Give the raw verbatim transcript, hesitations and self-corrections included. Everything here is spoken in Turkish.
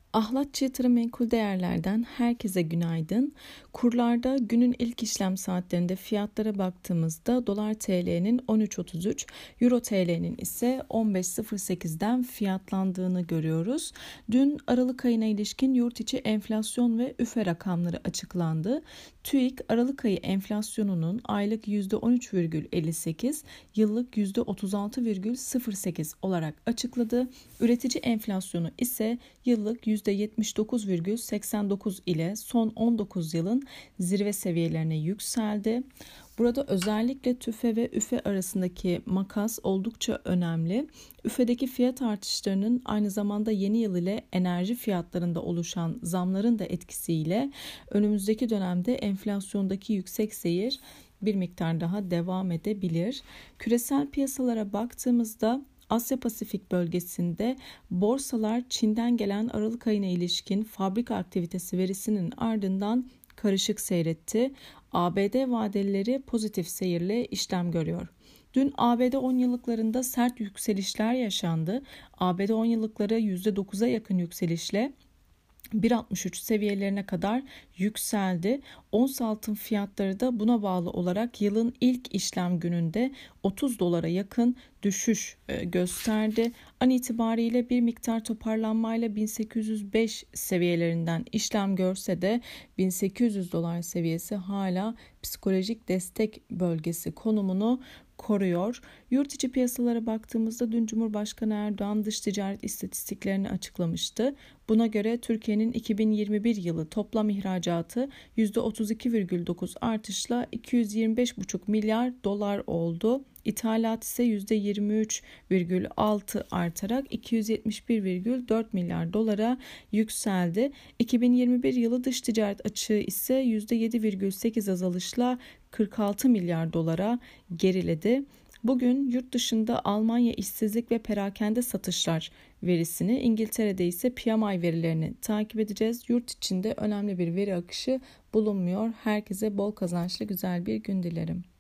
Ahlatçı Yatırım Menkul Değerler'den herkese günaydın. Kurlarda günün ilk işlem saatlerinde fiyatlara baktığımızda dolar T L'nin on üç otuz üç, euro T L'nin ise on beş sıfır sekizden fiyatlandığını görüyoruz. Dün Aralık ayına ilişkin yurt içi enflasyon ve üfe rakamları açıklandı. TÜİK Aralık ayı enflasyonunun aylık yüzde on üç virgül elli sekiz, yıllık yüzde otuz altı virgül sıfır sekiz olarak açıkladı. Üretici enflasyonu ise yıllık yüzde yetmiş dokuz virgül seksen dokuz ile son on dokuz yılın zirve seviyelerine yükseldi. Burada özellikle tüfe ve üfe arasındaki makas oldukça önemli. Üfedeki fiyat artışlarının aynı zamanda yeni yıl ile enerji fiyatlarında oluşan zamların da etkisiyle önümüzdeki dönemde enflasyondaki yüksek seyir bir miktar daha devam edebilir. Küresel piyasalara baktığımızda Asya Pasifik bölgesinde borsalar Çin'den gelen Aralık ayına ilişkin fabrika aktivitesi verisinin ardından karışık seyretti. A B D vadelileri pozitif seyirle işlem görüyor. Dün A B D on yıllıklarında sert yükselişler yaşandı. A B D on yıllıkları yüzde dokuza yakın yükselişle bir virgül altmış üç seviyelerine kadar yükseldi. Ons altın fiyatları da buna bağlı olarak yılın ilk işlem gününde otuz dolara yakın düşüş gösterdi. An itibariyle bir miktar toparlanmayla bin sekiz yüz beş seviyelerinden işlem görse de bin sekiz yüz dolar seviyesi hala psikolojik destek bölgesi konumunu koruyor. Yurt içi piyasalara baktığımızda dün Cumhurbaşkanı Erdoğan dış ticaret istatistiklerini açıklamıştı. Buna göre Türkiye'nin iki bin yirmi bir yılı toplam ihracatı yüzde otuz iki virgül dokuz artışla iki yüz yirmi beş virgül beş milyar dolar oldu. İthalat ise yüzde yirmi üç virgül altı artarak iki yüz yetmiş bir virgül dört milyar dolara yükseldi. iki bin yirmi bir yılı dış ticaret açığı ise yüzde yedi virgül sekiz azalışla kırk altı milyar dolara geriledi. Bugün yurt dışında Almanya işsizlik ve perakende satışlar verisini, İngiltere'de ise P M I verilerini takip edeceğiz. Yurt içinde önemli bir veri akışı bulunmuyor. Herkese bol kazançlı güzel bir gün dilerim.